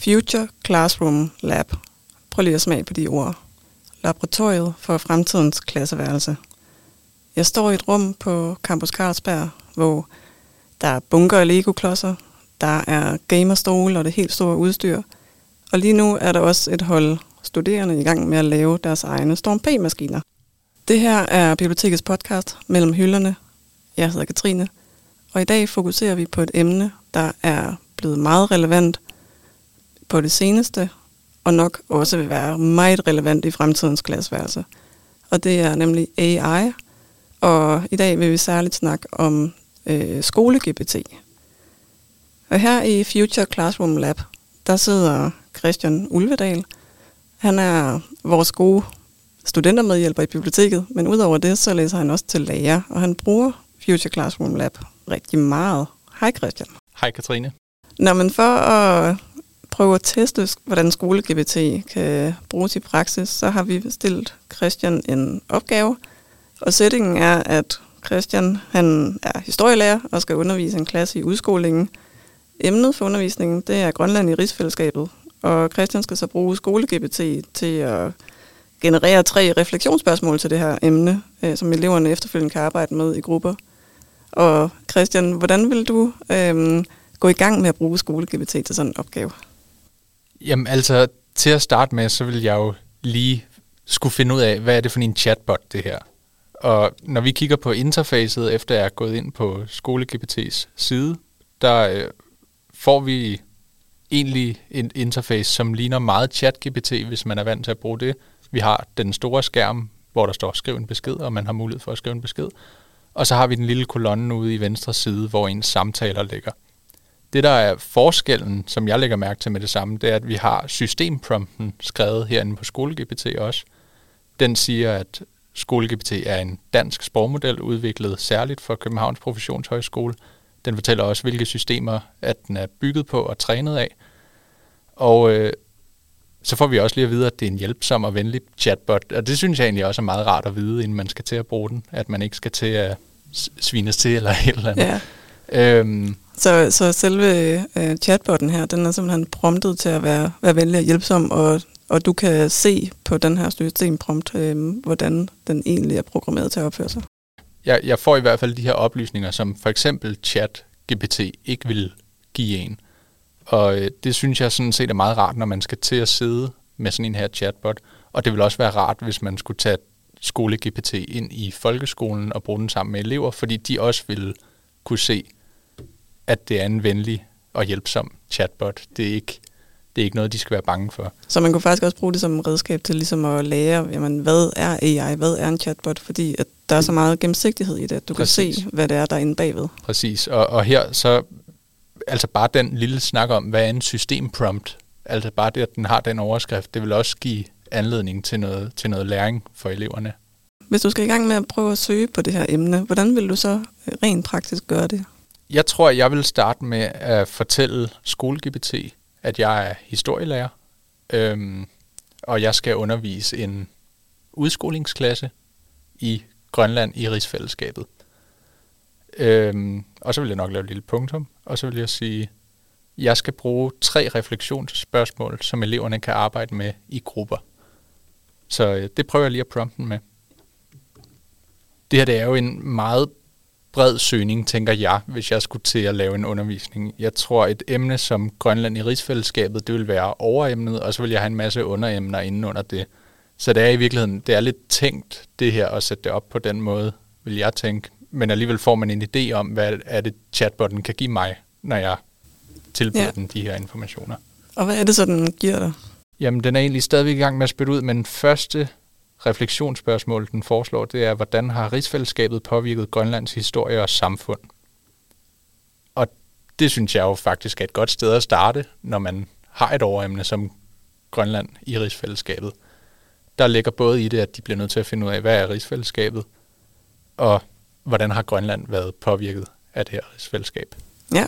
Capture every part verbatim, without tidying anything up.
Future Classroom Lab. Prøv lige at smage på de ord. Laboratoriet for fremtidens klasseværelse. Jeg står i et rum på Campus Carlsberg, hvor der er bunker af Lego-klodser, der er gamerstole og det helt store udstyr. Og lige nu er der også et hold studerende i gang med at lave deres egne Storm P-maskiner. Det her er bibliotekets podcast Mellem Hylderne. Jeg hedder Katrine, og i dag fokuserer vi på et emne, der er blevet meget relevant på det seneste, og nok også vil være meget relevant i fremtidens klasseværelse. Og det er nemlig A I, og i dag vil vi særligt snakke om øh, skole-G P T. Og her i Future Classroom Lab, der sidder Christian Ulvedal. Han er vores gode studentermedhjælper i biblioteket, men udover det, så læser han også til lærer, og han bruger Future Classroom Lab rigtig meget. Hej Christian. Hej Katrine. Nå, men for at prøve at teste, hvordan skole-G P T kan bruges i praksis, så har vi stillet Christian en opgave, og settingen er, at Christian han er historielærer og skal undervise en klasse i udskolingen. Emnet for undervisningen, det er Grønland i rigsfællesskabet, og Christian skal så bruge skole-G P T til at generere tre refleksionsspørgsmål til det her emne, øh, som eleverne efterfølgende kan arbejde med i grupper. Og Christian, hvordan vil du øh, gå i gang med at bruge skole-G P T til sådan en opgave? Jamen altså, til at starte med, så vil jeg jo lige skulle finde ud af, hvad er det for en chatbot, det her. Og når vi kigger på interfacet, efter jeg er gået ind på skole-G P T's side, der øh, får vi egentlig en interface, som ligner meget chat-G P T, hvis man er vant til at bruge det. Vi har den store skærm, hvor der står skriv en besked, og man har mulighed for at skrive en besked. Og så har vi den lille kolonne ude i venstre side, hvor ens samtaler ligger. Det, der er forskellen, som jeg lægger mærke til med det samme, det er, at vi har systemprompten skrevet herinde på skole-G P T også. Den siger, at skole-G P T er en dansk sprogmodel, udviklet særligt for Københavns Professionshøjskole. Den fortæller også, hvilke systemer at den er bygget på og trænet af. Og øh, så får vi også lige at vide, at det er en hjælpsom og venlig chatbot. Og det synes jeg egentlig også er meget rart at vide, inden man skal til at bruge den. At man ikke skal til at svines til eller et eller andet. Ja. Øhm, så, så selve øh, chatbotten her, den er simpelthen promptet til at være, være venlig og hjælpsom, og, og du kan se på den her systemprompt, øh, hvordan den egentlig er programmeret til at opføre sig. Jeg, jeg får i hvert fald de her oplysninger, som for eksempel chat-G P T ikke vil give en. Og øh, det synes jeg sådan set er meget rart, når man skal til at sidde med sådan en her chatbot. Og det vil også være rart, hvis man skulle tage skole-G P T ind i folkeskolen og bruge den sammen med elever, fordi de også vil kunne se, at det er en venlig og hjælpsom chatbot. Det er ikke, det er ikke noget, de skal være bange for. Så man kunne faktisk også bruge det som redskab til ligesom at lære, jamen, hvad er A I, hvad er en chatbot, fordi at der er så meget gennemsigtighed i det, at du Præcis. Kan se, hvad det er, der er inde bagved. Præcis, og, og her så, altså bare den lille snak om, hvad er en systemprompt, altså bare det, at den har den overskrift, det vil også give anledning til noget, til noget læring for eleverne. Hvis du skal i gang med at prøve at søge på det her emne, hvordan vil du så rent praktisk gøre det? Jeg tror, jeg vil starte med at fortælle skole-G P T, at jeg er historielærer, øhm, og jeg skal undervise en udskolingsklasse i Grønland i rigsfællesskabet. Øhm, og så vil jeg nok lave et lille punktum, og så vil jeg sige, jeg skal bruge tre refleksionsspørgsmål, som eleverne kan arbejde med i grupper. Så øh, det prøver jeg lige at prompten med. Det her det er jo en meget bred søgning, tænker jeg, hvis jeg skulle til at lave en undervisning. Jeg tror, et emne som Grønland i rigsfællesskabet, det vil være overemnet, og så vil jeg have en masse underemner inden under det. Så det er i virkeligheden, det er lidt tænkt, det her, at sætte det op på den måde, vil jeg tænke. Men alligevel får man en idé om, hvad er det chatbotten kan give mig, når jeg tilbyder ja. den de her informationer. Og hvad er det så, den giver dig? Jamen, den er egentlig stadigvæk i gang med at spytte ud, men første refleksionsspørgsmål, den foreslår, det er, hvordan har rigsfællesskabet påvirket Grønlands historie og samfund? Og det synes jeg jo faktisk er et godt sted at starte, når man har et overemne som Grønland i rigsfællesskabet. Der ligger både i det, at de bliver nødt til at finde ud af, hvad er rigsfællesskabet, og hvordan har Grønland været påvirket af det her rigsfællesskab. Ja.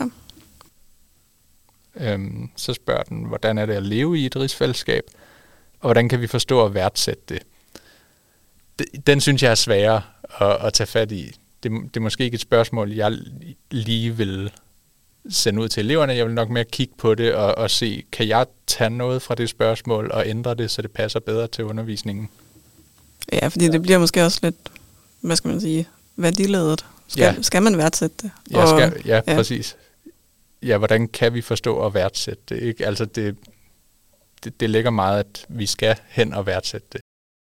Øhm, så spørger den, hvordan er det at leve i et rigsfællesskab, og hvordan kan vi forstå og værdsætte det? Den synes jeg er sværere at, at tage fat i. Det, det er måske ikke et spørgsmål, jeg lige vil sende ud til eleverne. Jeg vil nok mere kigge på det og, og se, kan jeg tage noget fra det spørgsmål og ændre det, så det passer bedre til undervisningen. Ja, fordi det bliver måske også lidt, hvad skal man sige, værdiladet. Skal, ja. skal man værdsætte det? Ja, skal, ja, ja, præcis. Ja, hvordan kan vi forstå og værdsætte det? Ikke? Altså det, det, det ligger meget, at vi skal hen og værdsætte det.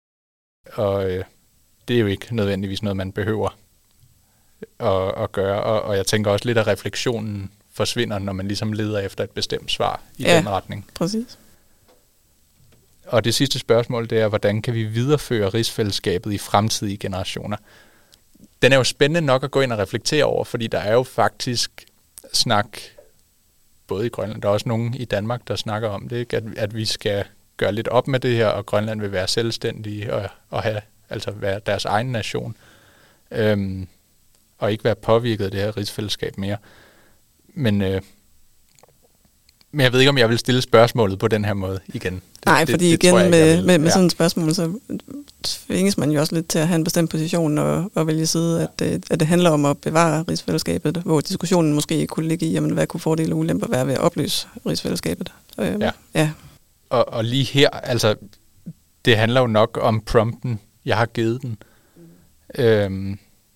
Og øh, det er jo ikke nødvendigvis noget, man behøver at, at gøre. Og, og jeg tænker også lidt, at refleksionen forsvinder, når man ligesom leder efter et bestemt svar i ja, den retning. Præcis. Og det sidste spørgsmål, det er, hvordan kan vi videreføre rigsfællesskabet i fremtidige generationer? Den er jo spændende nok at gå ind og reflektere over, fordi der er jo faktisk snak, både i Grønland, der er også nogen i Danmark, der snakker om det, ikke? At, at vi skal gøre lidt op med det her, og Grønland vil være selvstændige og, og have, altså være deres egen nation, øhm, og ikke være påvirket af det her rigsfællesskab mere. Men, øh, men jeg ved ikke, om jeg vil stille spørgsmålet på den her måde igen. Det, Nej, fordi det, det igen jeg, med, med, med ja. sådan et spørgsmål, så tvinges man jo også lidt til at have en bestemt position og, og vælge side, at, at det handler om at bevare rigsfællesskabet, hvor diskussionen måske kunne ligge i, jamen, hvad kunne fordele og ulemper være ved at opløse rigsfællesskabet. Øhm, ja. ja. Og, og lige her, altså, det handler jo nok om prompten, jeg har givet den. Mm. Øhm,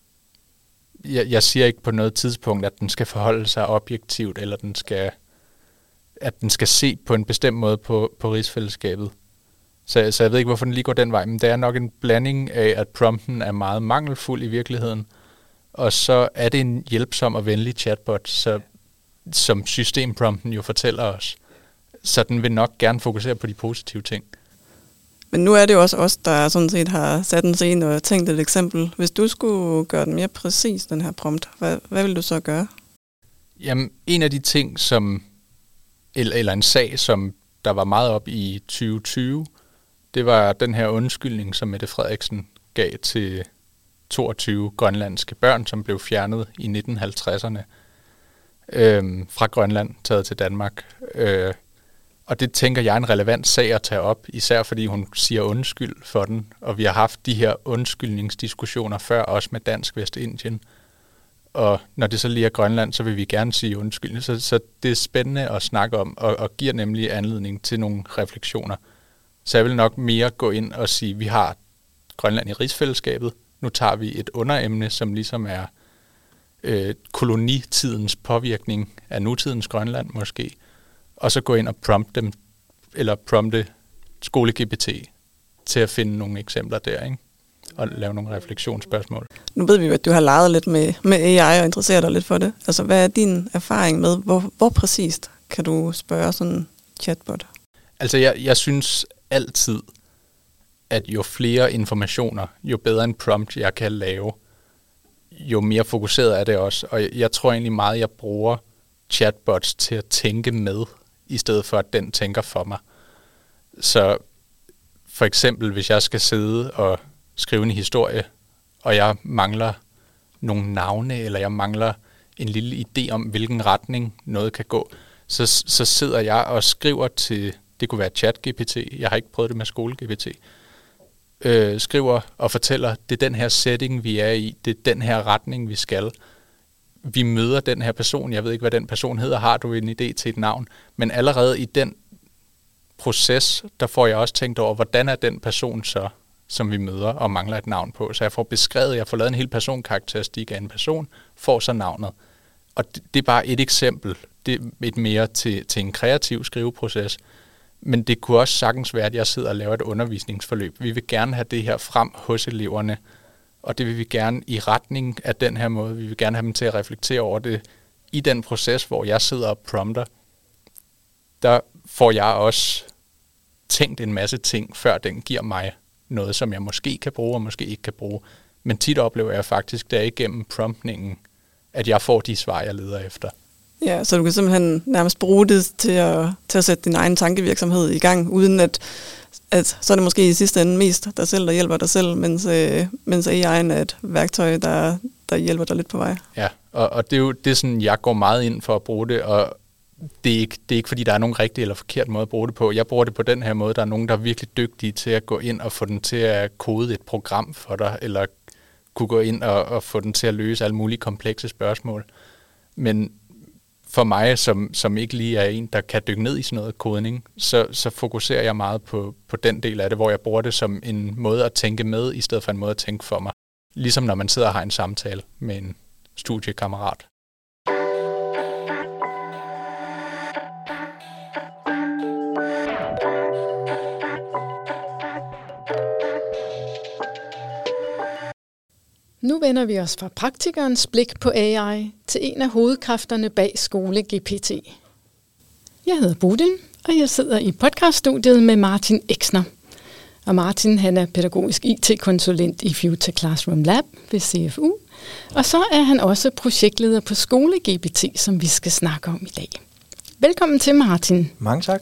jeg, jeg siger ikke på noget tidspunkt, at den skal forholde sig objektivt, eller den skal, at den skal se på en bestemt måde på, på rigsfællesskabet. Så, så jeg ved ikke, hvorfor den lige går den vej, men det er nok en blanding af, at prompten er meget mangelfuld i virkeligheden, og så er det en hjælpsom og venlig chatbot, så, som systemprompten jo fortæller os. Så den vil nok gerne fokusere på de positive ting. Men nu er det jo også os, der sådan set har sat en scene og tænkt et eksempel. Hvis du skulle gøre den mere præcis, den her prompt, hvad, hvad vil du så gøre? Jamen, en af de ting, som eller, eller en sag, som der var meget op i tyve tyve, det var den her undskyldning, som Mette Frederiksen gav til toogtyve grønlandske børn, som blev fjernet i nitten halvtredserne øh, fra Grønland, taget til Danmark. Øh, og det tænker jeg er en relevant sag at tage op, især fordi hun siger undskyld for den, og vi har haft de her undskyldningsdiskussioner før, også med Dansk Vestindien. Og når det så lige er Grønland, så vil vi gerne sige undskyld. Så, så det er spændende at snakke om, og, og giver nemlig anledning til nogle refleksioner. Så jeg vil nok mere gå ind og sige, at vi har Grønland i rigsfællesskabet. Nu tager vi et underemne, som ligesom er øh, kolonitidens påvirkning af nutidens Grønland måske. Og så gå ind og prompte dem, eller prompte skole-G P T til at finde nogle eksempler der, ikke? Og lave nogle refleksionsspørgsmål. Nu ved vi jo, at du har leget lidt med, med A I og interesseret dig lidt for det. Altså, hvad er din erfaring med, hvor, hvor præcist kan du spørge sådan en chatbot? Altså, jeg, jeg synes altid, at jo flere informationer, jo bedre en prompt, jeg kan lave, jo mere fokuseret er det også. Og jeg, jeg tror egentlig meget, jeg bruger chatbots til at tænke med, i stedet for, at den tænker for mig. Så for eksempel, hvis jeg skal sidde og skrive en historie, og jeg mangler nogle navne, eller jeg mangler en lille idé om, hvilken retning noget kan gå, så, så sidder jeg og skriver til, det kunne være chat-G P T, jeg har ikke prøvet det med skole-G P T, øh, skriver og fortæller, det er den her setting, vi er i, det er den her retning, vi skal. Vi møder den her person, jeg ved ikke, hvad den person hedder, har du en idé til et navn, men allerede i den proces, der får jeg også tænkt over, hvordan er den person så, som vi møder og mangler et navn på. Så jeg får beskrevet, jeg får lavet en hel personkarakteristik af en person, får så navnet. Og det, det er bare et eksempel. Det er et mere til, til en kreativ skriveproces. Men det kunne også sagtens være, at jeg sidder og laver et undervisningsforløb. Vi vil gerne have det her frem hos eleverne, og det vil vi gerne i retning af den her måde. Vi vil gerne have dem til at reflektere over det i den proces, hvor jeg sidder og prompter. Der får jeg også tænkt en masse ting, før den giver mig noget, som jeg måske kan bruge og måske ikke kan bruge. Men tit oplever jeg faktisk, der igennem promptningen, at jeg får de svar, jeg leder efter. Ja, så du kan simpelthen nærmest bruge det til at, til at sætte din egen tankevirksomhed i gang, uden at, at så er det måske i sidste ende mest dig selv, der hjælper dig selv, mens, øh, mens A I'en er et værktøj, der, der hjælper dig lidt på vej. Ja, og, og det er jo det er sådan, jeg går meget ind for at bruge det, og det er, ikke, det er ikke, fordi der er nogen rigtig eller forkert måde at bruge det på. Jeg bruger det på den her måde. Der er nogen, der er virkelig dygtige til at gå ind og få den til at kode et program for dig, eller kunne gå ind og, og få den til at løse alle mulige komplekse spørgsmål. Men for mig, som, som ikke lige er en, der kan dykke ned i sådan noget kodning, så, så fokuserer jeg meget på, på den del af det, hvor jeg bruger det som en måde at tænke med, i stedet for en måde at tænke for mig. Ligesom når man sidder og har en samtale med en studiekammerat. Nu vender vi os fra praktikerens blik på A I til en af hovedkræfterne bag Skole G P T. Jeg hedder Bodil, og jeg sidder i podcaststudiet med Martin Exner. Og Martin, han er pædagogisk I T-konsulent i Future Classroom Lab ved C F U, og så er han også projektleder på Skole G P T, som vi skal snakke om i dag. Velkommen til, Martin. Mange tak.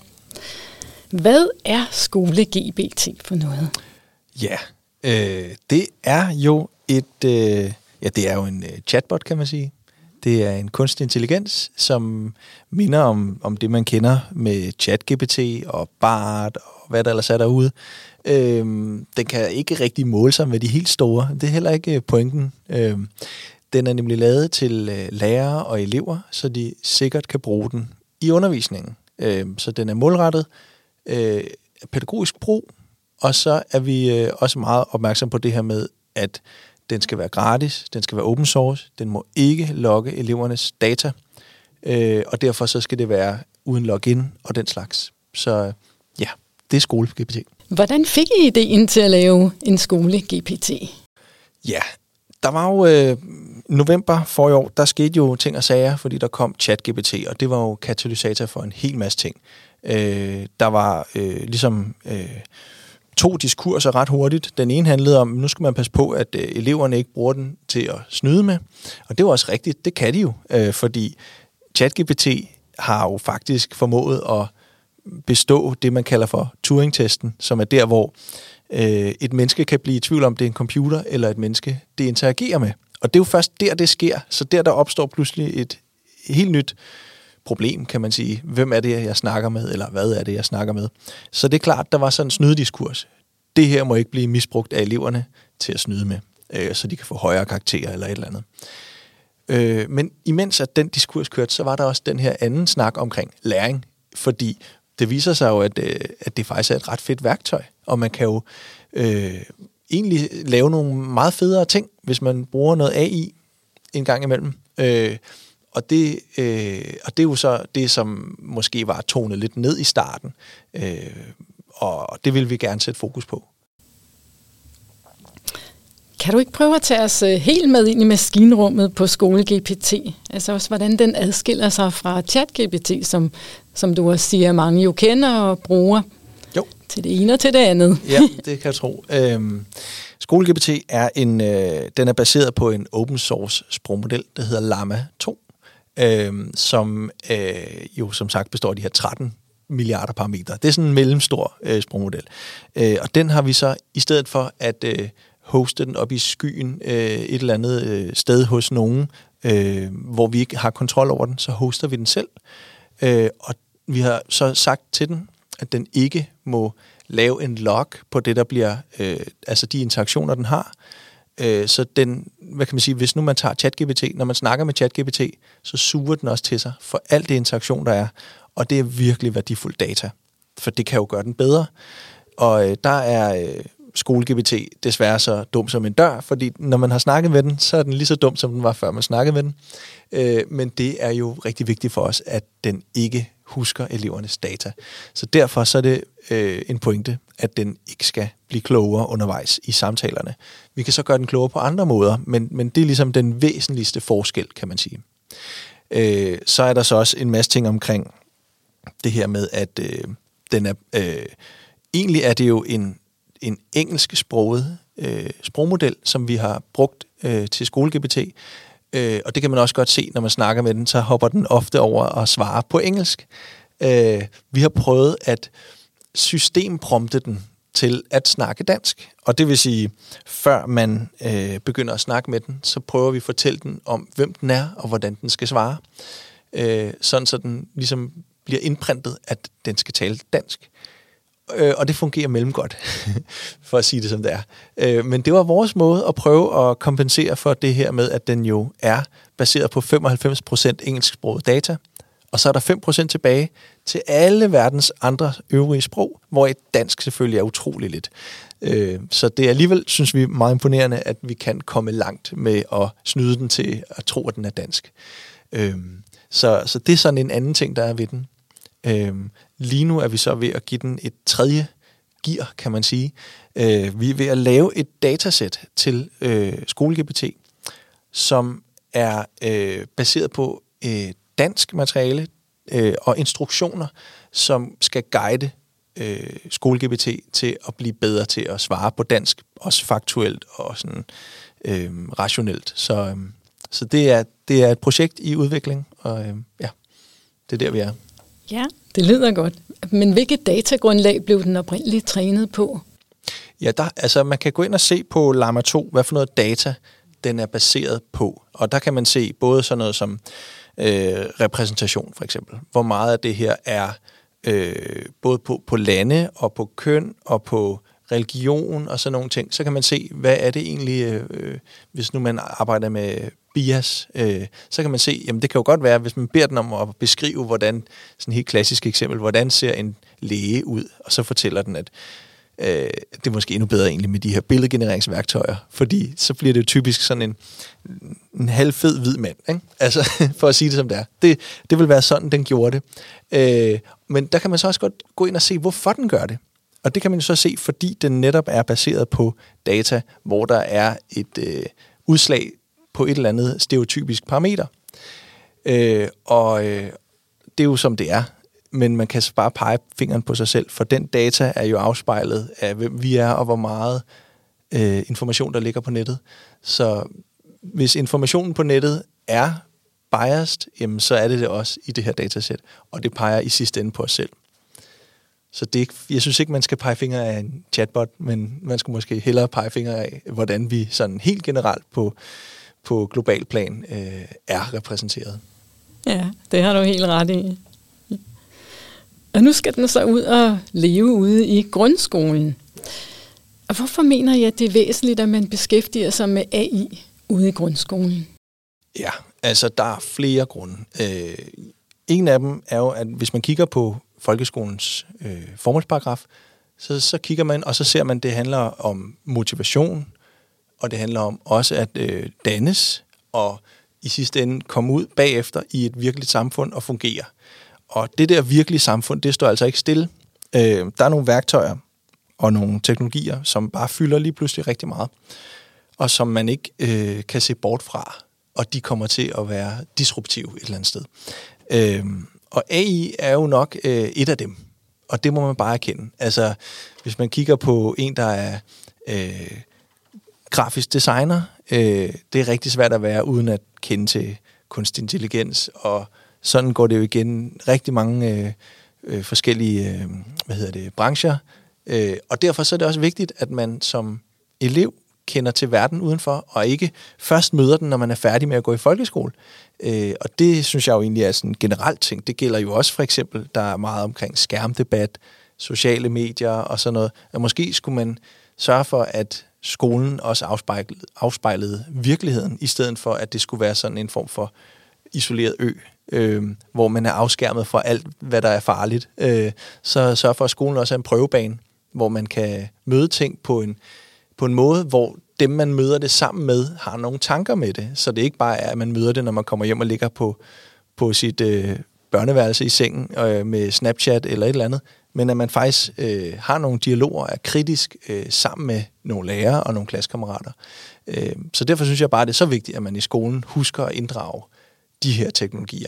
Hvad er Skole G P T for noget? Ja, øh, det er jo et, øh, ja, det er jo en øh, chatbot, kan man sige. Det er en kunstig intelligens, som minder om, om det, man kender med ChatGPT og Bard og hvad der ellers er derude. Øhm, den kan ikke rigtig måle sig med de helt store. Det er heller ikke pointen. Øhm, den er nemlig lavet til øh, lærere og elever, så de sikkert kan bruge den i undervisningen. Øhm, så den er målrettet øh, pædagogisk brug, og så er vi øh, også meget opmærksom på det her med, at den skal være gratis, den skal være open source, den må ikke logge elevernes data, øh, og derfor så skal det være uden login og den slags. Så ja, det er Skole G P T. Hvordan fik I ideen til at lave en Skole G P T? Ja, der var jo øh, november for i år, der skete jo ting og sager, fordi der kom ChatGPT, og det var jo katalysator for en hel masse ting. Øh, der var øh, ligesom øh, to diskurser ret hurtigt. Den ene handlede om, nu skal man passe på, at øh, eleverne ikke bruger den til at snyde med. Og det var også rigtigt, det kan de jo, øh, fordi ChatGPT har jo faktisk formået at bestå det, man kalder for Turing-testen, som er der, hvor øh, et menneske kan blive i tvivl om, det er en computer eller et menneske, det interagerer med. Og det er jo først der, det sker. Så der, der opstår pludselig et helt nyt problem, kan man sige. Hvem er det, jeg snakker med, eller hvad er det, jeg snakker med? Så det er klart, der var sådan en snydediskurs. Det her må ikke blive misbrugt af eleverne til at snyde med, øh, så de kan få højere karakterer eller et eller andet. Øh, men imens at den diskurs kørte, så var der også den her anden snak omkring læring, fordi det viser sig jo, at, øh, at det faktisk er et ret fedt værktøj, og man kan jo øh, egentlig lave nogle meget federe ting, hvis man bruger noget A I en gang imellem. Øh, Og det, øh, og det er jo så det, som måske var tonet lidt ned i starten. Øh, og det vil vi gerne sætte fokus på. Kan du ikke prøve at tage os helt med ind i maskinrummet på Skole G P T? Altså også, hvordan den adskiller sig fra ChatGPT, som, som du også siger, mange jo kender og bruger. Jo. Til det ene og til det andet. Ja, det kan jeg tro. Øhm, Skole G P T er en, øh, den er baseret på en open source sprogmodel, der hedder Llama to. Øhm, som øh, jo som sagt består af de her tretten milliarder parametre. Det er sådan en mellemstor øh, sprogmodel. Øh, og den har vi så, i stedet for at øh, hoste den op i skyen øh, et eller andet øh, sted hos nogen, øh, hvor vi ikke har kontrol over den, så hoster vi den selv. Øh, og vi har så sagt til den, at den ikke må lave en log på det, der bliver, øh, altså de interaktioner, den har. Så den, hvad kan man sige, hvis nu man tager ChatGPT, når man snakker med ChatGPT, så suger den også til sig for alt det interaktion, der er, og det er virkelig værdifuld data, for det kan jo gøre den bedre. Og øh, der er øh, Skole G P T desværre så dum som en dør, fordi når man har snakket med den, så er den lige så dum, som den var, før man snakkede med den. Øh, men det er jo rigtig vigtigt for os, at den ikke husker elevernes data. Så derfor så er det øh, en pointe, at den ikke skal blive klogere undervejs i samtalerne. Vi kan så gøre den klogere på andre måder, men, men det er ligesom den væsentligste forskel, kan man sige. Øh, så er der så også en masse ting omkring det her med, at øh, den er, øh, egentlig er det jo en, en engelsksproget øh, sprogmodel, som vi har brugt øh, til Skole G P T. Øh, og det kan man også godt se, når man snakker med den, så hopper den ofte over og svarer på engelsk. Øh, vi har prøvet at systemprompte den til at snakke dansk. Og det vil sige, før man øh, begynder at snakke med den, så prøver vi at fortælle den om, hvem den er, og hvordan den skal svare. Øh, sådan så den ligesom bliver indprintet, at den skal tale dansk. Øh, og det fungerer mellemgodt, for at sige det som det er. Øh, men det var vores måde at prøve at kompensere for det her med, at den jo er baseret på femoghalvfems procent engelsksproget data, Og så er der fem procent tilbage til alle verdens andre øvrige sprog, hvor et dansk selvfølgelig er utrolig lidt. Øh, så det er alligevel, synes vi, meget imponerende, at vi kan komme langt med at snyde den til at tro, at den er dansk. Øh, så, så det er sådan en anden ting, der er ved den. Øh, lige nu er vi så ved at give den et tredje gear, kan man sige. Øh, vi er ved at lave et datasæt til øh, SkoleGPT, som er øh, baseret på øh, dansk materiale øh, og instruktioner, som skal guide øh, SkoleGPT til at blive bedre til at svare på dansk, også faktuelt og sådan øh, rationelt. Så, øh, så det er det er et projekt i udvikling, og øh, ja, det er der vi er. Ja, det lyder godt. Men hvilket datagrundlag blev den oprindeligt trænet på? Ja, der, altså man kan gå ind og se på Llama to, hvad for noget data den er baseret på. Og der kan man se både sådan noget som øh, repræsentation for eksempel. Hvor meget af det her er øh, både på, på lande og på køn og på religion og sådan nogle ting. Så kan man se, hvad er det egentlig, øh, hvis nu man arbejder med bias, øh, så kan man se, jamen det kan jo godt være, hvis man beder den om at beskrive, hvordan, sådan et helt klassisk eksempel, hvordan ser en læge ud, og så fortæller den, at øh, det er måske endnu bedre egentlig med de her billedgenereringsværktøjer, fordi så bliver det jo typisk sådan en, en halvfed hvid mand, ikke? Altså for at sige det som det er. Det, det vil være sådan, den gjorde det. Øh, men der kan man så også godt gå ind og se, hvorfor den gør det. Og det kan man så se, fordi den netop er baseret på data, hvor der er et øh, udslag på et eller andet stereotypisk parameter. Øh, og øh, det er jo som det er, men man kan bare pege fingeren på sig selv, for den data er jo afspejlet af, hvem vi er, og hvor meget øh, information, der ligger på nettet. Så hvis informationen på nettet er biased, jamen, så er det det også i det her datasæt, og det peger i sidste ende på os selv. Så det, jeg synes ikke, man skal pege fingre af en chatbot, men man skal måske hellere pege fingre af, hvordan vi sådan helt generelt på, på global plan øh, er repræsenteret. Ja, det har du helt ret i. Og nu skal den så ud og leve ude i grundskolen. Og hvorfor mener jeg, at det er væsentligt, at man beskæftiger sig med A I ude i grundskolen? Ja, altså der er flere grunde. Øh, en af dem er jo, at hvis man kigger på folkeskolens øh, formålsparagraf, så, så kigger man, og så ser man, at det handler om motivation, og det handler om også at øh, dannes, og i sidste ende komme ud bagefter i et virkeligt samfund og fungere. Og det der virkelige samfund, det står altså ikke stille. Øh, der er nogle værktøjer og nogle teknologier, som bare fylder lige pludselig rigtig meget, og som man ikke øh, kan se bort fra, og de kommer til at være disruptive et eller andet sted. Øh, og A I er jo nok øh, et af dem, og det må man bare erkende. Altså, hvis man kigger på en, der er øh, grafisk designer, øh, det er rigtig svært at være uden at kende til kunstig intelligens, og sådan går det jo igen rigtig mange øh, øh, forskellige øh, hvad hedder det, brancher. Øh, og derfor så er det også vigtigt, at man som elev kender til verden udenfor, og ikke først møder den, når man er færdig med at gå i folkeskole. Øh, og det synes jeg jo egentlig er sådan en generelt ting. Det gælder jo også for eksempel, der er meget omkring skærmdebat, sociale medier og sådan noget. Og måske skulle man sørge for, at skolen også afspejlede, afspejlede virkeligheden, i stedet for, at det skulle være sådan en form for isoleret ø, øh, hvor man er afskærmet fra alt, hvad der er farligt. Øh, så sørg for, at skolen også er en prøvebane, hvor man kan møde ting på en, på en måde, hvor dem, man møder det sammen med, har nogle tanker med det. Så det ikke bare er, at man møder det, når man kommer hjem og ligger på, på sit øh, børneværelse i sengen øh, med Snapchat eller et eller andet, men at man faktisk øh, har nogle dialoger, er kritisk øh, sammen med nogle lærere og nogle klassekammerater. Øh, så derfor synes jeg bare, det er så vigtigt, at man i skolen husker at inddrage de her teknologier.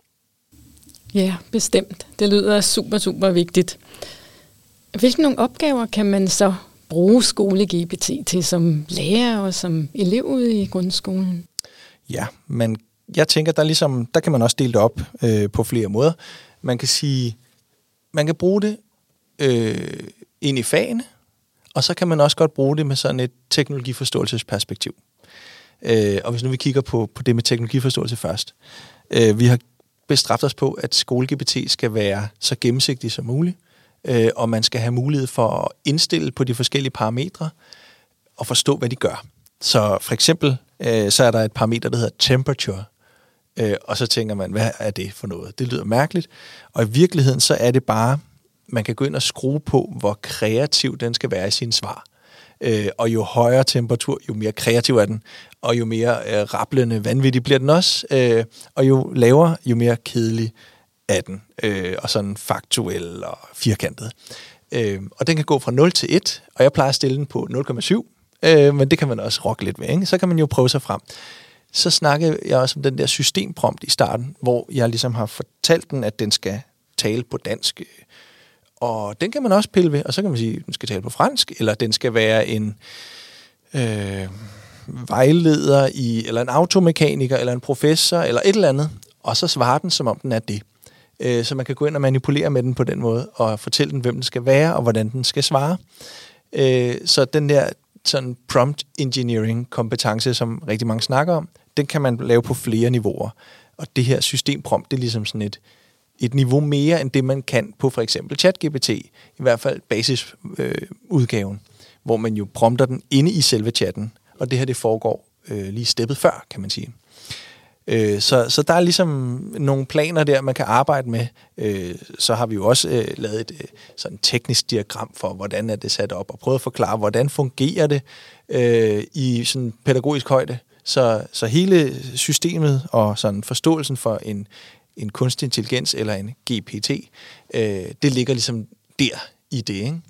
Ja, bestemt. Det lyder super, super vigtigt. Hvilke nogle opgaver kan man så bruge SkoleGPT til som lærer og som elev ude i grundskolen? Ja, men jeg tænker, der, ligesom, der kan man også dele det op øh, på flere måder. Man kan sige, man kan bruge det øh, ind i fagene, og så kan man også godt bruge det med sådan et teknologiforståelsesperspektiv. Øh, og hvis nu vi kigger på, på det med teknologiforståelse først. Øh, vi har bestræbt os på, at SkoleGPT skal være så gennemsigtig som muligt, øh, og man skal have mulighed for at indstille på de forskellige parametre og forstå, hvad de gør. Så for eksempel, øh, så er der et parameter, der hedder temperature, Øh, og så tænker man, hvad er det for noget? Det lyder mærkeligt. Og i virkeligheden, så er det bare, man kan gå ind og skrue på, hvor kreativ den skal være i sine svar. Øh, og jo højere temperatur, jo mere kreativ er den, og jo mere øh, rablende, vanvittig bliver den også, øh, og jo lavere, jo mere kedelig er den, øh, og sådan faktuel og firkantet. Øh, og den kan gå fra nul til et, og jeg plejer at stille den på nul komma syv, øh, men det kan man også rokke lidt med, ikke? Så kan man jo prøve sig frem. Så snakkede jeg også om den der systemprompt i starten, hvor jeg ligesom har fortalt den, at den skal tale på dansk. Og den kan man også pille ved, og så kan man sige, at den skal tale på fransk, eller den skal være en øh, vejleder, i, eller en automekaniker, eller en professor, eller et eller andet. Og så svarer den, som om den er det. Øh, så man kan gå ind og manipulere med den på den måde, og fortælle den, hvem den skal være, og hvordan den skal svare. Øh, så den der sådan prompt engineering kompetence, som rigtig mange snakker om, den kan man lave på flere niveauer. Og det her systemprompt, det er ligesom sådan et, et niveau mere, end det man kan på for eksempel ChatGPT, i hvert fald basisudgaven, øh, hvor man jo prompter den inde i selve chatten, og det her det foregår øh, lige steppet før, kan man sige. Øh, så, så der er ligesom nogle planer der, man kan arbejde med. Øh, så har vi jo også øh, lavet et øh, sådan teknisk diagram for, hvordan er det sat op, og prøvet at forklare, hvordan fungerer det øh, i sådan pædagogisk højde. Så, så hele systemet og sådan forståelsen for en, en kunstig intelligens eller en G P T, øh, det ligger ligesom der i det, ikke?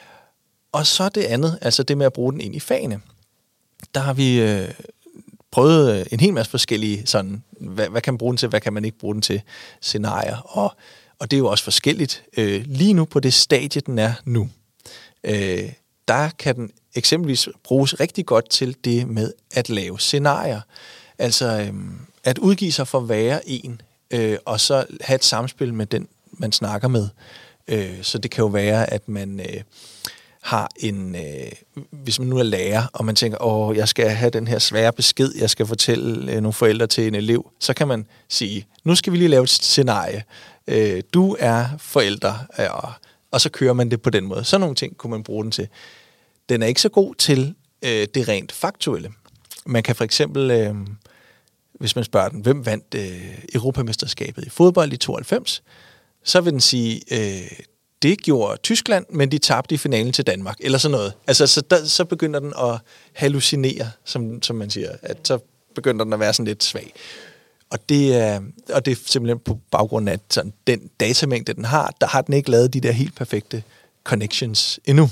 Og så det andet, altså det med at bruge den ind i fagene. Der har vi øh, prøvet en hel masse forskellige, sådan, hvad, hvad kan man bruge den til, hvad kan man ikke bruge den til, scenarier. Og, og det er jo også forskelligt. Øh, lige nu på det stadie, den er nu, øh, der kan den eksempelvis bruges rigtig godt til det med at lave scenarier. Altså øh, at udgive sig for at være en, øh, og så have et samspil med den, man snakker med. Øh, så det kan jo være, at man øh, har en, øh, hvis man nu er lærer, og man tænker, åh, jeg skal have den her svære besked, jeg skal fortælle øh, nogle forældre til en elev, så kan man sige, nu skal vi lige lave et scenarie. Øh, du er forælder, øh, og så kører man det på den måde. Sådan nogle ting kunne man bruge den til. Den er ikke så god til øh, det rent faktuelle. Man kan for eksempel, øh, hvis man spørger den, hvem vandt øh, Europamesterskabet i fodbold i tooghalvfems, så vil den sige, øh, det gjorde Tyskland, men de tabte i finalen til Danmark, eller sådan noget. Altså, så, der, så begynder den at hallucinere, som, som man siger. At så begynder den at være sådan lidt svag. Og det er, og det er simpelthen på baggrund af sådan, den datamængde, den har, der har den ikke lavet de der helt perfekte connections endnu.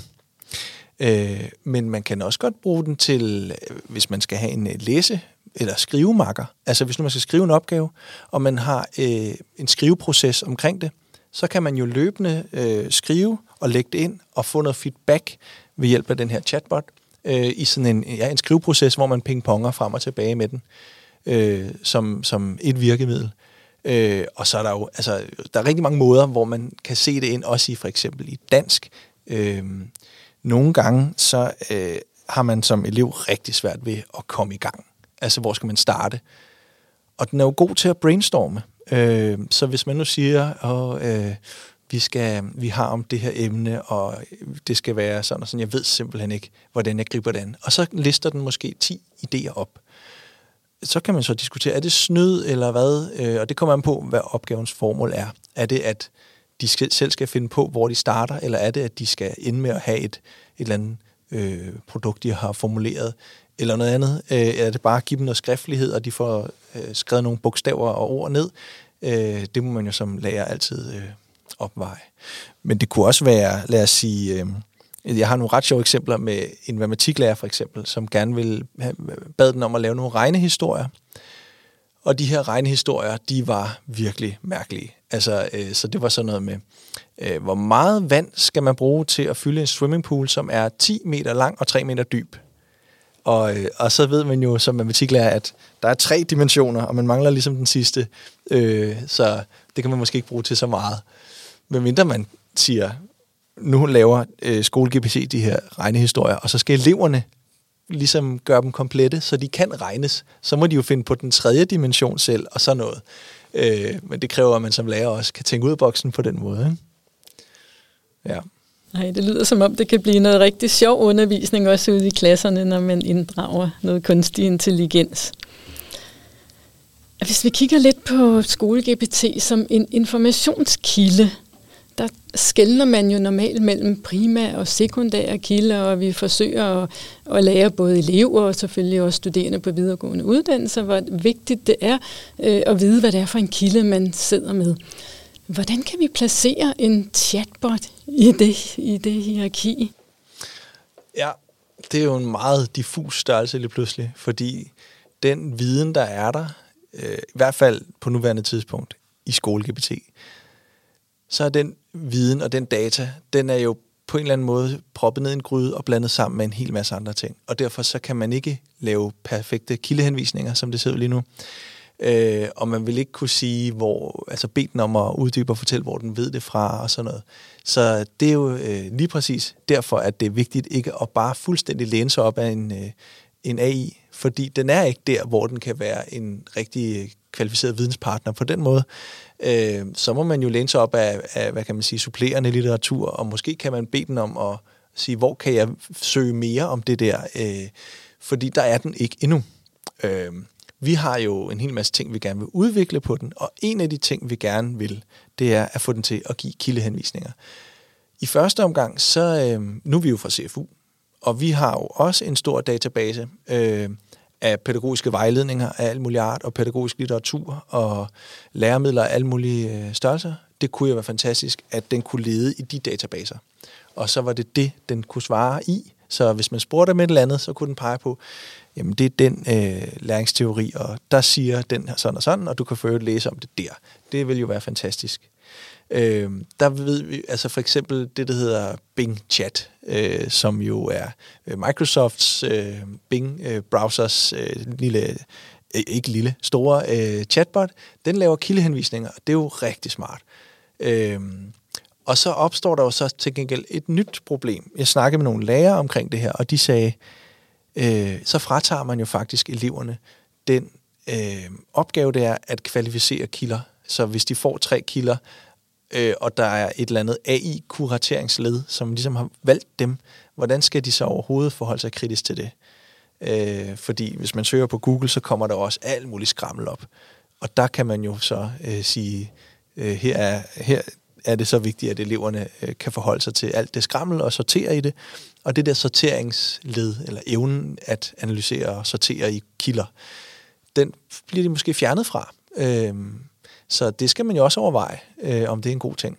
Øh, men man kan også godt bruge den til, hvis man skal have en læse- eller skrivemakker. Altså hvis nu man skal skrive en opgave, og man har øh, en skriveproces omkring det, så kan man jo løbende øh, skrive og lægge det ind og få noget feedback ved hjælp af den her chatbot øh, i sådan en, ja, en skriveproces, hvor man pingponger frem og tilbage med den øh, som, som et virkemiddel. Øh, og så er der jo altså, der er rigtig mange måder, hvor man kan se det ind, også i for eksempel i dansk. Øh, nogle gange så øh, har man som elev rigtig svært ved at komme i gang. Altså, hvor skal man starte? Og den er jo god til at brainstorme. Øh, så hvis man nu siger, at øh, vi, skal, vi har om det her emne, og det skal være sådan og sådan, jeg ved simpelthen ikke, hvordan jeg griber det an. Og så lister den måske ti idéer op. Så kan man så diskutere, er det snyd eller hvad? Øh, og det kommer an på, hvad opgavens formål er. Er det, at de skal, selv skal finde på, hvor de starter, eller er det, at de skal ende med at have et, et eller andet øh, produkt, de har formuleret, eller noget andet? Øh, er det bare at give dem noget skriftlighed, og de får øh, skrevet nogle bogstaver og ord ned? Øh, det må man jo som lærer altid øh, opveje. Men det kunne også være, lad os sige, øh, jeg har nogle ret sjove eksempler med en matematiklærer for eksempel, som gerne vil have, bad den om at lave nogle regnehistorier. Og de her regnehistorier, de var virkelig mærkelige. Altså, øh, så det var sådan noget med, øh, hvor meget vand skal man bruge til at fylde en swimmingpool, som er ti meter lang og tre meter dyb? Og, øh, og så ved man jo som matematiklærer, at der er tre dimensioner, og man mangler ligesom den sidste. Øh, så det kan man måske ikke bruge til så meget. Men mindre man siger, nu laver øh, skole-G P T de her regnehistorier, og så skal eleverne ligesom gøre dem komplette, så de kan regnes. Så må de jo finde på den tredje dimension selv, og sådan noget. Øh, men det kræver, at man som lærer også kan tænke ud af boksen på den måde. Ikke? Ja. Nej, det lyder som om, det kan blive noget rigtig sjov undervisning også ude i klasserne, når man inddrager noget kunstig intelligens. Hvis vi kigger lidt på SkoleGPT som en informationskilde, der skelner man jo normalt mellem primære og sekundære kilder, og vi forsøger at, at lære både elever og selvfølgelig også studerende på videregående uddannelser, hvor vigtigt det er øh, at vide, hvad det er for en kilde, man sidder med. Hvordan kan vi placere en chatbot i det, i det hierarki? Ja, det er jo en meget diffus størrelse lige pludselig, fordi den viden, der er der, øh, i hvert fald på nuværende tidspunkt i SkoleGPT, så er den viden og den data, den er jo på en eller anden måde proppet ned i en gryde og blandet sammen med en hel masse andre ting. Og derfor så kan man ikke lave perfekte kildehenvisninger, som det ser ud lige nu. Øh, og man vil ikke kunne sige, hvor, altså bede den om at uddybe og fortælle, hvor den ved det fra og sådan noget. Så det er jo øh, lige præcis derfor, at det er vigtigt ikke at bare fuldstændig læne sig op af en, øh, en A I, fordi den er ikke der, hvor den kan være en rigtig kvalificeret videnspartner på den måde. Øh, så må man jo læne sig op af, af, hvad kan man sige, supplerende litteratur, og måske kan man bede den om at sige, hvor kan jeg søge mere om det der, øh, fordi der er den ikke endnu. Øh, vi har jo en hel masse ting, vi gerne vil udvikle på den, og en af de ting, vi gerne vil, det er at få den til at give kildehenvisninger. I første omgang, så øh, nu er vi jo fra C F U, og vi har jo også en stor database øh, af pædagogiske vejledninger af alt muligt art, og pædagogisk litteratur, og læremidler af alle mulige øh, størrelser. Det kunne jo være fantastisk, at den kunne lede i de databaser. Og så var det det, den kunne svare i. Så hvis man spurgte dem et eller andet, så kunne den pege på, jamen det er den øh, læringsteori, og der siger den sådan og sådan, og du kan først læse om det der. Det vil jo være fantastisk. Øh, der ved vi, altså for eksempel det, der hedder Bing Chat, øh, som jo er Microsofts øh, Bing øh, browsers øh, lille, øh, ikke lille, store øh, chatbot, den laver kildehenvisninger, og det er jo rigtig smart. Øh, og så opstår der jo så til gengæld et nyt problem. Jeg snakkede med nogle lærere omkring det her, og de sagde, øh, så fratager man jo faktisk eleverne den øh, opgave, det er at kvalificere kilder. Så hvis de får tre kilder, øh, og der er et eller andet A I-kurateringsled, som ligesom har valgt dem, hvordan skal de så overhovedet forholde sig kritisk til det? Øh, fordi hvis man søger på Google, så kommer der også alt muligt skrammel op. Og der kan man jo så øh, sige, øh, her, er, her er det så vigtigt, at eleverne øh, kan forholde sig til alt det skrammel og sortere i det. Og det der sorteringsled, eller evnen at analysere og sortere i kilder, den bliver de måske fjernet fra. Øh, så det skal man jo også overveje, øh, om det er en god ting.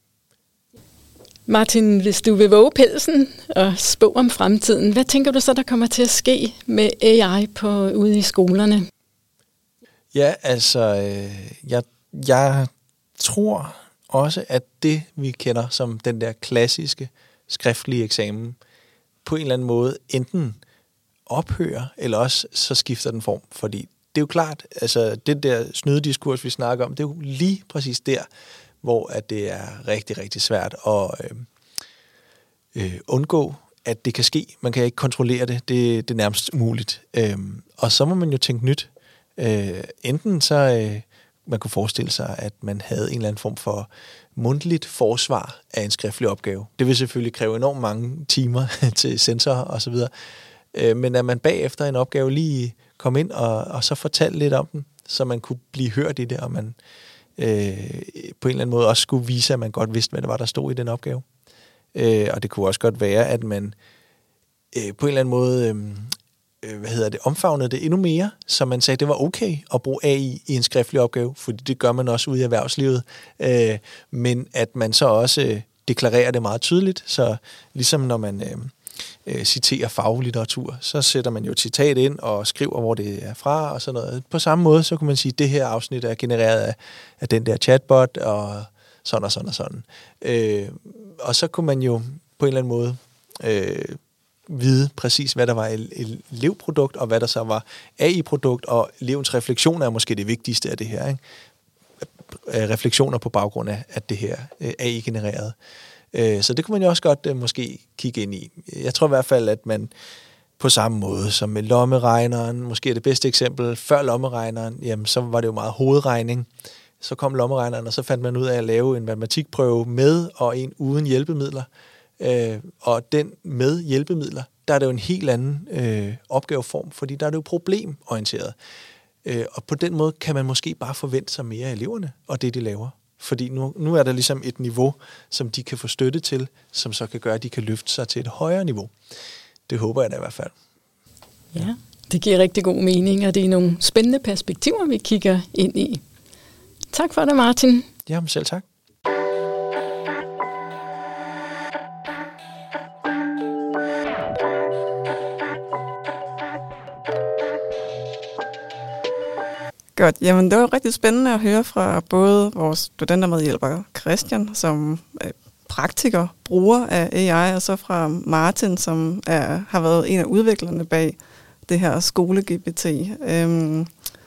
Martin, hvis du vil våge pelsen og spå om fremtiden, hvad tænker du så, der kommer til at ske med A I på, ude i skolerne? Ja, altså, øh, jeg, jeg tror også, at det, vi kender som den der klassiske skriftlige eksamen, på en eller anden måde enten ophører, eller også så skifter den form. Fordi det er jo klart, altså det der snydediskurs, vi snakker om, det er jo lige præcis der, hvor at det er rigtig, rigtig svært at øh, øh, undgå, at det kan ske. Man kan ikke kontrollere det. Det, det er nærmest umuligt. Øh, og så må man jo tænke nyt. Øh, enten så øh, man kunne forestille sig, at man havde en eller anden form for mundtligt forsvar af en skriftlig opgave. Det vil selvfølgelig kræve enormt mange timer til sensorer og så videre. Øh, men at man bagefter en opgave lige kom ind og, og så fortalte lidt om den, så man kunne blive hørt i det, og man øh, på en eller anden måde også skulle vise, at man godt vidste, hvad det var, der stod i den opgave. Øh, og det kunne også godt være, at man øh, på en eller anden måde øh, hvad hedder det, omfavnede det endnu mere, så man sagde, at det var okay at bruge A I i en skriftlig opgave, fordi det gør man også ude i erhvervslivet. Øh, men at man så også øh, deklarerer det meget tydeligt, så ligesom når man øh, øh, citerer faglitteratur, så sætter man jo et citat ind og skriver, hvor det er fra og sådan noget. På samme måde, så kunne man sige, at det her afsnit er genereret af, af den der chatbot, og sådan og sådan og sådan. Øh, og så kunne man jo på en eller anden måde øh, vide præcis, hvad der var et elevprodukt, og hvad der så var A I-produkt, og elevens refleksioner er måske det vigtigste af det her, ikke? Refleksioner på baggrund af, at det her A I-genereret. Så det kunne man jo også godt måske kigge ind i. Jeg tror i hvert fald, at man på samme måde som med lommeregneren, måske er det bedste eksempel, før lommeregneren, jamen så var det jo meget hovedregning. Så kom lommeregneren, og så fandt man ud af at lave en matematikprøve med og en uden hjælpemidler. Øh, og den med hjælpemidler, der er det jo en helt anden øh, opgaveform, fordi der er det jo problemorienteret. Øh, og på den måde kan man måske bare forvente sig mere af eleverne og det, de laver. Fordi nu, nu er der ligesom et niveau, som de kan få støtte til, som så kan gøre, at de kan løfte sig til et højere niveau. Det håber jeg da i hvert fald. Ja, det giver rigtig god mening, og det er nogle spændende perspektiver, vi kigger ind i. Tak for det, Martin. Jamen selv tak. Godt. Jamen, det var rigtig spændende at høre fra både vores studentermedhjælper Christian, som er praktiker, bruger af A I, og så fra Martin, som er, har været en af udviklerne bag det her skole-G P T. Øhm,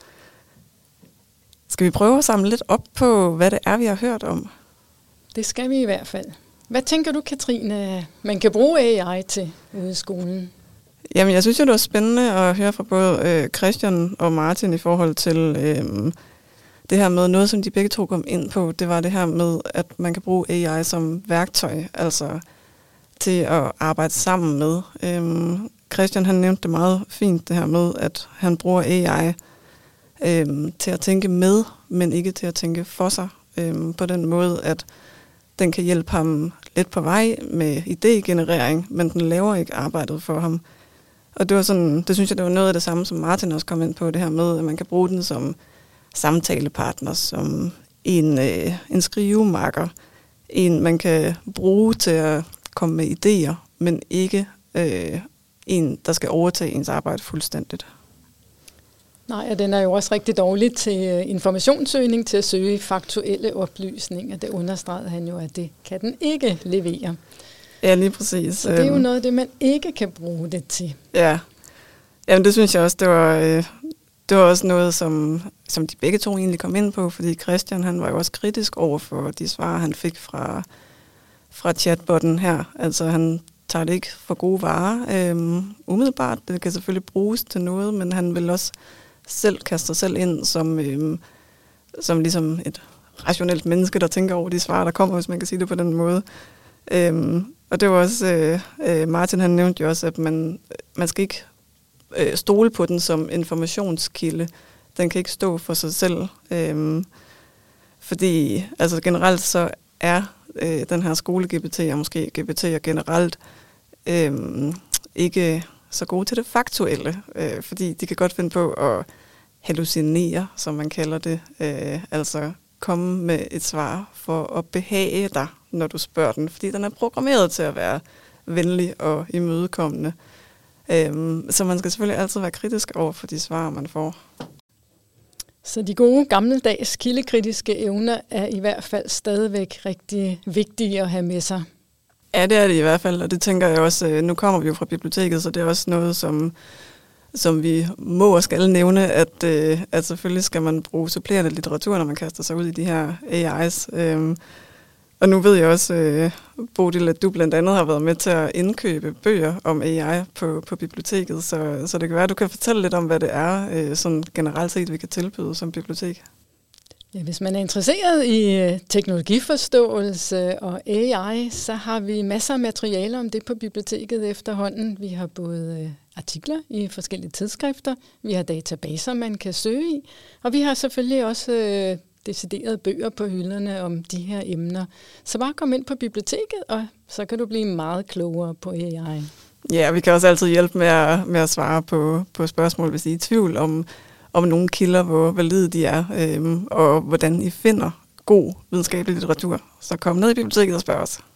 skal vi prøve at samle lidt op på, hvad det er, vi har hørt om? Det skal vi i hvert fald. Hvad tænker du, Katrine, man kan bruge A I til ude i skolen? Jamen, jeg synes jo, det var spændende at høre fra både øh, Christian og Martin i forhold til øh, det her med noget, som de begge to kom ind på. Det var det her med, at man kan bruge A I som værktøj, altså til at arbejde sammen med. Øh, Christian, han nævnte det meget fint, det her med, at han bruger A I øh, til at tænke med, men ikke til at tænke for sig. Øh, på den måde, at den kan hjælpe ham lidt på vej med idégenerering, men den laver ikke arbejdet for ham. Og det var sådan, det synes jeg, det var noget af det samme, som Martin også kom ind på, det her med, at man kan bruge den som samtalepartner, som en, øh, en skrivemarker, en man kan bruge til at komme med idéer, men ikke øh, en, der skal overtage ens arbejde fuldstændigt. Nej, og den er jo også rigtig dårlig til informationssøgning, til at søge faktuelle oplysninger. Det understregede han jo, at det kan den ikke levere. Ja, lige præcis. Så det er jo noget af det, man ikke kan bruge det til. Ja, jamen det synes jeg også, det var, øh, det var også noget, som, som de begge to egentlig kom ind på, fordi Christian, han var jo også kritisk over for de svar, han fik fra, fra chatbotten her. Altså han tager det ikke for gode varer. Øhm, umiddelbart, det kan selvfølgelig bruges til noget, men han vil også selv kaste sig selv ind som, øhm, som ligesom et rationelt menneske, der tænker over de svar, der kommer, hvis man kan sige det på den måde. Øhm, og det var også, øh, øh, Martin han nævnte jo også, at man, man skal ikke øh, stole på den som informationskilde. Den kan ikke stå for sig selv. Øhm, fordi altså generelt så er øh, den her skole-G P T, og måske G P T'er generelt, øh, ikke så gode til det faktuelle. Øh, fordi de kan godt finde på at hallucinere, som man kalder det. Øh, altså komme med et svar for at behage dig, når du spørger den, fordi den er programmeret til at være venlig og imødekommende. Øhm, så man skal selvfølgelig altid være kritisk over for de svar, man får. Så de gode gammeldags kildekritiske evner er i hvert fald stadigvæk rigtig vigtige at have med sig. Ja, det er det i hvert fald, og det tænker jeg også, nu kommer vi jo fra biblioteket, så det er også noget, som, som vi må og skal nævne, at, at selvfølgelig skal man bruge supplerende litteratur, når man kaster sig ud i de her A I's. Øhm, Og nu ved jeg også, øh, Bodil, at du blandt andet har været med til at indkøbe bøger om A I på, på biblioteket, så, så det kan være, at du kan fortælle lidt om, hvad det er, øh, sådan generelt set, vi kan tilbyde som bibliotek. Ja, hvis man er interesseret i teknologiforståelse og A I, så har vi masser af materialer om det på biblioteket efterhånden. Vi har både artikler i forskellige tidsskrifter, vi har databaser, man kan søge i, og vi har selvfølgelig også øh, deciderede bøger på hylderne om de her emner. Så bare kom ind på biblioteket, og så kan du blive meget klogere på A I. Ja, vi kan også altid hjælpe med at, med at svare på, på spørgsmål, hvis I er i tvivl om, om nogle kilder, hvor valide de er, øhm, og hvordan I finder god videnskabelig litteratur. Så kom ned i biblioteket og spørg os.